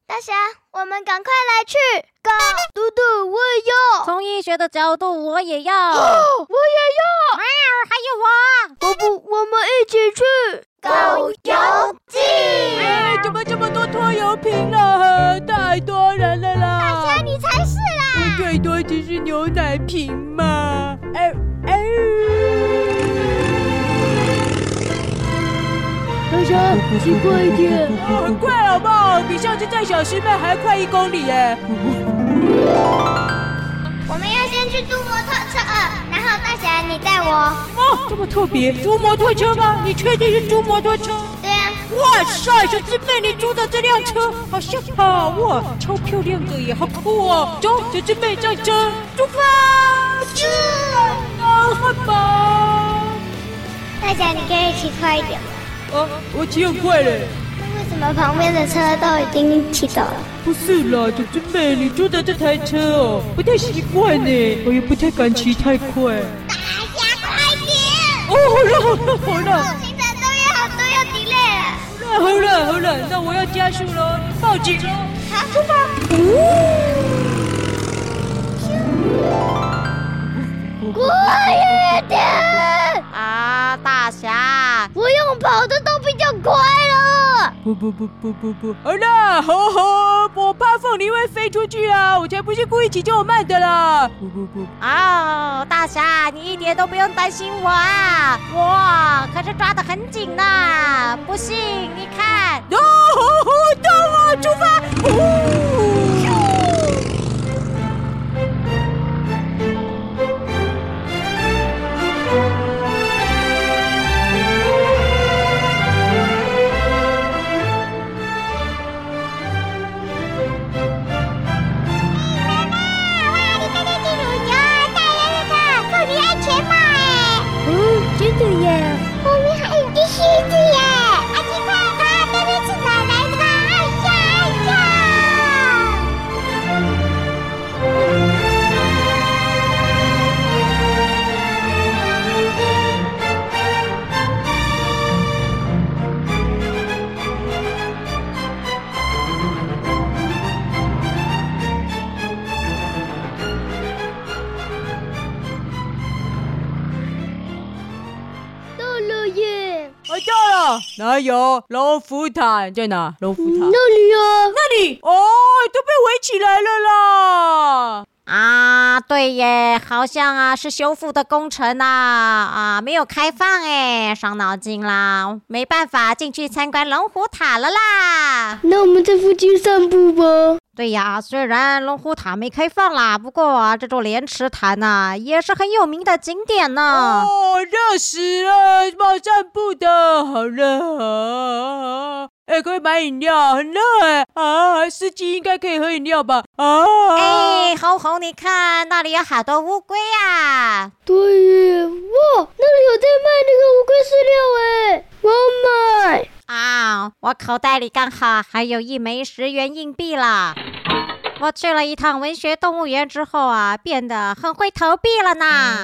大侠，我们赶快来去！狗嘟嘟，我也要。 从医学的角度，我也要。 我也要。 还有我。 我们一起去狗游记。 怎么这么多拖油瓶了？太多人了啦！ 大侠，你才是啦！ 最多只是牛奶瓶嘛。 大侠，骑快一点。 很快好不好？比上次载小师妹还快1公里耶。 我们要先去租摩托车，然后大侠你带我。 哦，这么特别，租摩托车吗？你确定是租摩托车？ 对啊。 哇塞，小师妹，你租的这辆车好像哇，超漂亮的耶，好酷哦！走，小师妹上车，出发！去啊，汉堡！ 大侠，你可以骑快一点吗？ 我骑很快嘞。 为什么旁边的车都已经骑走了？ 不是啦，小师妹，你租的这台车不太习惯呢，我也不太敢骑太快。 大侠，快点！ 好了。 行程都约好，都要 delay 了。好了，那我要加速喽，报警喽！ 好，出发！快一点！ 啊，大侠， 我用跑的都比较快了。 不，好啦，吼，我怕凤梨会飞出去啊，我才不是故意骑这么慢的啦！不， 哦，大侠，你一点都不用担心我啊，我可是抓得很紧呢，不信你看。 动啊，出发！ 真的耶！后面还有只狮子耶！奇怪，它那边是哪来的？ 到了，哪有龙虎塔在哪？龙虎塔那里啊， 那里哦，都被围起来了啦！ 啊，对耶，好像啊是修复的工程啊，没有开放哎，伤脑筋啦，没办法进去参观龙虎塔了啦。 那我们在附近散步吧。 对呀，虽然龙虎塔没开放啦，不过啊，这座莲池潭啊也是很有名的景点呢。 热死了，mau散步的，好热啊！可以买饮料，很热司机应该可以喝饮料吧？ 红，你看那里有好多乌龟啊！ 对耶，哇，那里有在卖那个乌龟饲料我要买啊！我口袋里刚好还有1枚10元硬币啦。我去了一趟文学动物园之后啊，变得很会投币了呢。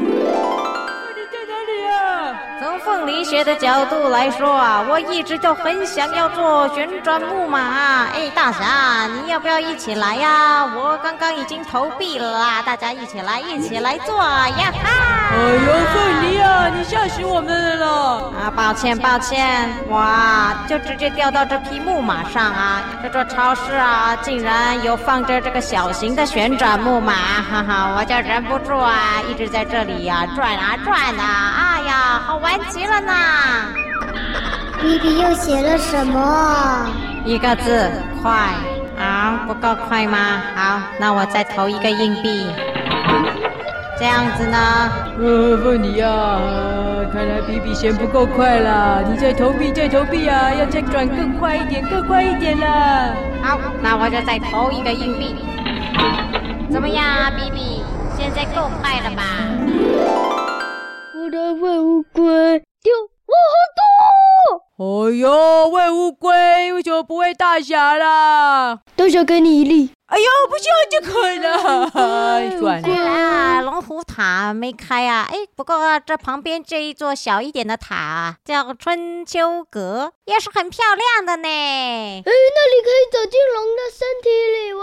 从凤梨学的角度来说啊，我一直就很想要做旋转木马。大侠，你要不要一起来呀？我刚刚已经投币了啦，大家一起来做呀哈！ 凤梨啊，你吓死我们了啦！ 抱歉，哇，就直接掉到这匹木马上啊！这座超市啊，竟然有放着这个小型的旋转木马，哈哈，我就忍不住啊，一直在这里呀转啊，哎呀，好玩极了呢！ 比比又写了什么 ？1个字，快啊！不够快吗？好，那我再投1个硬币，这样子呢？ 凤梨啊，看来比比嫌不够快啦！你再投币啊，要再转更快一点啦！ 好，那我就再投1个硬币。怎么样啊，比比？现在够快了吧？ 我的喂乌龟丢，好多！ 喂乌龟，为什么不喂大侠啦？ 大侠给你1粒。 不需要就可以了。算了， 龙虎塔没开啊。不过这旁边这一座小一点的塔啊，叫春秋阁，也是很漂亮的呢。 那里可以走进龙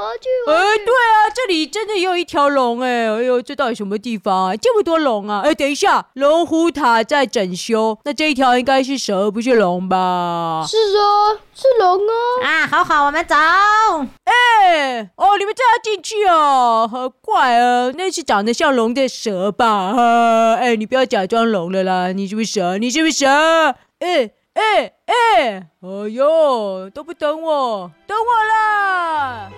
去玩。 对啊，这里真的有一条龙哎呦，这到底什么地方啊？这么多龙啊！等一下，龙虎塔在整修，那这一条应该是蛇，不是龙吧？ 是啊，是龙啊！ 好，我们走。 你们这样进去哦，好怪哦，那是长得像龙的蛇吧？你不要假装龙了啦，你是不是蛇？你是不是蛇？哎呦，都不等我，等我啦！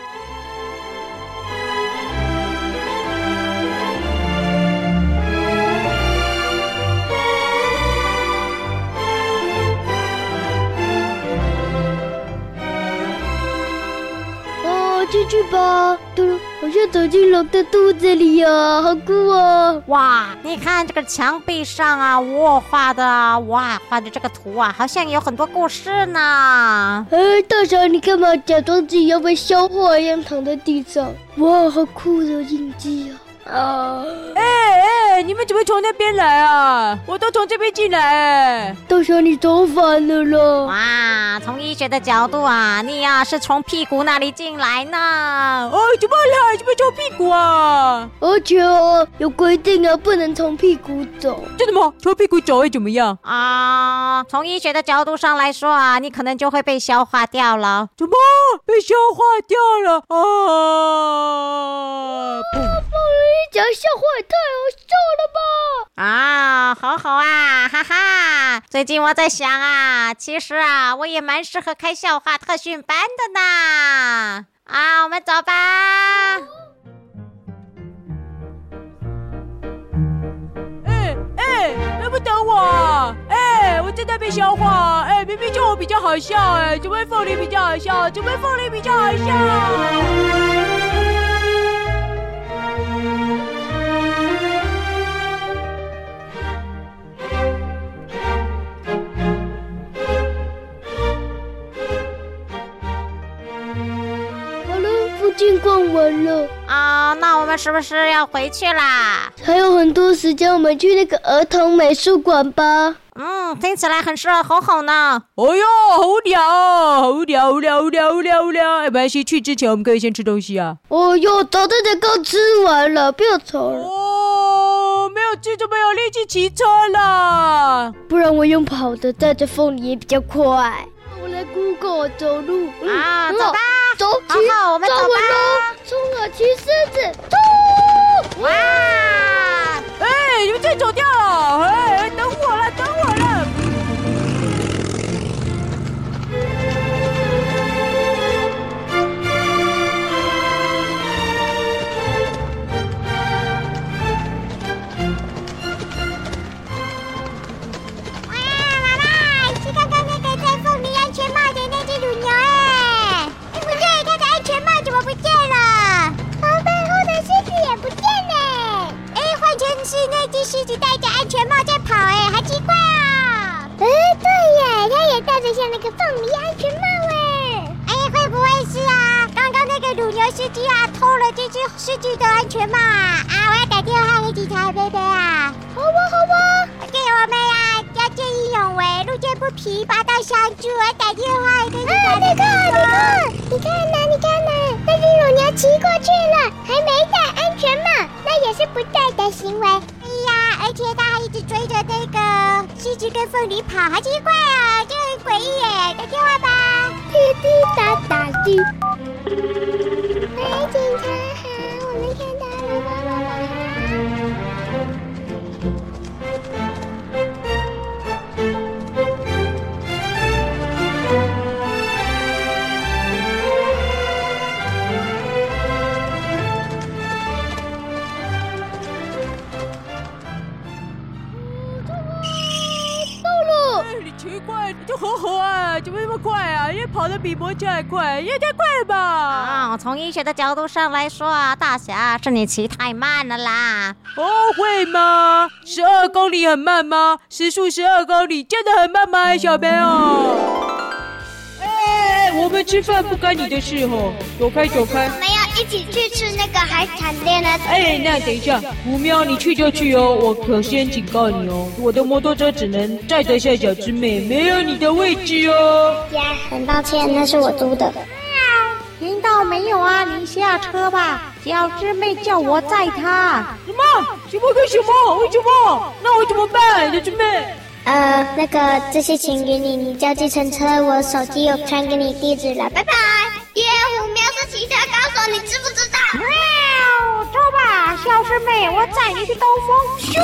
进去吧，好像走进龙的肚子里啊，好酷哦！ 哇，你看这个墙壁上啊，我画的这个图啊，好像有很多故事呢。 大侠，你干嘛假装自己要被消化一样躺在地上？哇，好酷的印记啊！ 你们怎么从那边来啊？我都从这边进来。 大侠，你走反了啦！ 哇，从医学的角度啊，你呀是从屁股那里进来呢。 怎么了？怎么从屁股啊？ 而且有规定啊，不能从屁股走。 真的吗？从屁股走会怎么样？ 从医学的角度上来说啊，你可能就会被消化掉了。 怎么被消化掉了讲笑话也太好笑了吧！好啊，哈哈！最近我在想啊，其实啊，我也蛮适合开笑话特训班的呢。我们走吧。 能不等我啊？我正在被消化。明明就我比较好笑怎么会凤梨比较好笑？怎么会凤梨比较好笑？ 进逛完了那我们是不是要回去啦？ 还有很多时间，我们去那个儿童美术馆吧。 听起来很适合吼吼呢。 好无聊哦，好无聊。没关系，去之前我们可以先吃东西啊。 早餐才刚吃完了，不要吵了。 没有吃就没有力气骑车了。 不然我用跑的带着凤梨也比较快。我来 Google 走路。 走吧。 走， 好，我们走吧。 冲啊，骑狮子，冲！ 哇！ 你们再走掉了！等我了。 妈妈，你去看看那个戴凤梨安全帽的那只乳牛不对，它的安全帽怎么不见了？背后的狮子也不见了。换成是那只狮子戴着安全帽在跑好奇怪啊！对耶，它也戴着像那个凤梨安全帽会不会是刚刚那个乳牛司机偷了这只狮子的安全帽我要打电话给警察贝贝好吧。对，我们要见义勇为，路见不平拔刀相助，我打电话给警察贝贝。你看哪，那只乳牛骑过去了，还没戴安全帽，那也是不对的行为。而且他还一直追着那个狮子跟凤梨跑，好奇怪这很诡异耶！打电话吧，滴滴答答滴。喂，警察好，我们看到了。 奇怪，你就吼怎么那么快因为跑得比摩托还快，也太快了吧！ 从医学的角度上来说大侠是你骑太慢了啦。 会吗？12公里很慢吗？时速12公里真的很慢吗，小朋友？我们吃饭不干你的事走开。 我们要一起去吃那个海产店了。 那等一下，虎喵，你去就去我可先警告你我的摩托车只能载得下小姊妹，没有你的位置呀，很抱歉，那是我租的。 听到没有啊？你下车吧，小师妹叫我载她。 什么？什么跟什么？为什么？那我怎么办，小师妹？ 那个这些钱给你，你叫计程车，我手机有传给你地址了，拜拜。野虎喵是其他高手，你知不知道？ 喵，走吧，小师妹，我载你去兜风。咻！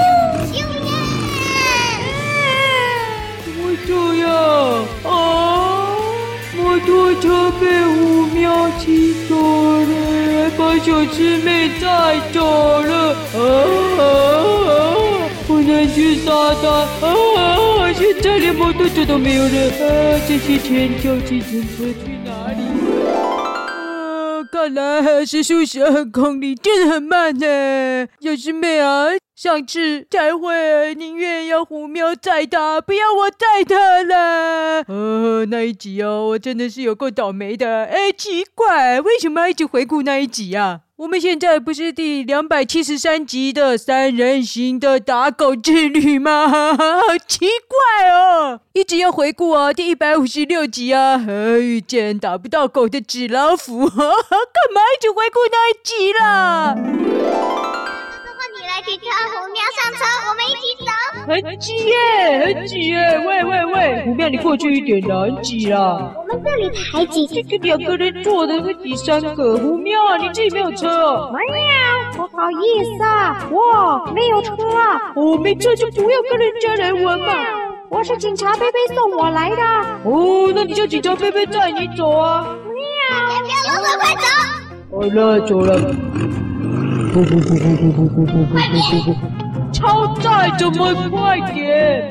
怎么这样啊？摩托车被虎喵骑走了，把小师妹带走了不能去杀他现在连摩托车都没有了这些钱叫计程车去哪里？看来时速12公里真的很慢呢。小师妹啊，上次才会宁愿要虎喵载他，不要我载他了。那一集我真的是有够倒霉的。奇怪，为什么要一直回顾那一集啊？我们现在不是第273集的3人行的打狗之旅吗？好奇怪哦，一直要回顾第156集遇见打不到狗的纸老虎干嘛一直回顾那一集啦？ 你来提车，虎喵上车，我们一起走。 很挤耶，很挤耶！喂，虎喵你过去一点啦，很挤啦。 我们这里才挤， 就2个人坐的会挤3个。虎喵啊，你自己没有车没有，不好意思啊，我没有车啊。 没车就不要跟人家来玩嘛。 我是警察贝贝送我来的。 那你叫警察贝贝载你走啊。 喵，不要啰嗦，快走。 好了，走了。超载，怎么快点？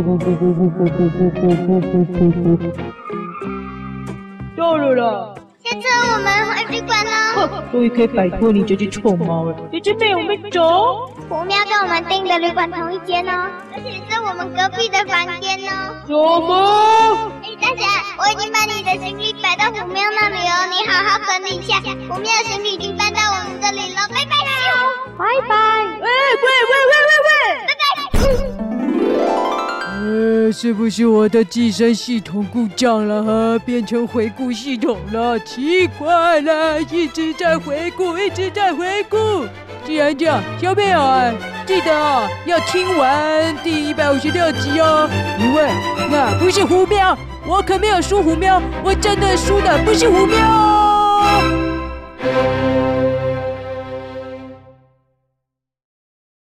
到了啦！ 下车我们回旅馆了。 终于可以摆脱你这只臭猫了。姐姐妹，我们走。 虎喵跟我们订的旅馆同一间哦，而且是我们隔壁的房间哦。 什么？ 大侠，我已经把你的行李摆到虎喵那里哦，你好好整理一下。虎喵的行李已经搬到我们这里了，拜拜咻！ 拜拜。 拜拜。 是不是我的计生系统故障了变成回顾系统了？奇怪了，一直在回顾，一直在回顾。既然这样，小朋友记得要听完第156集哦，因为那不是虎喵，我可没有输虎喵，我真的输的不是虎喵。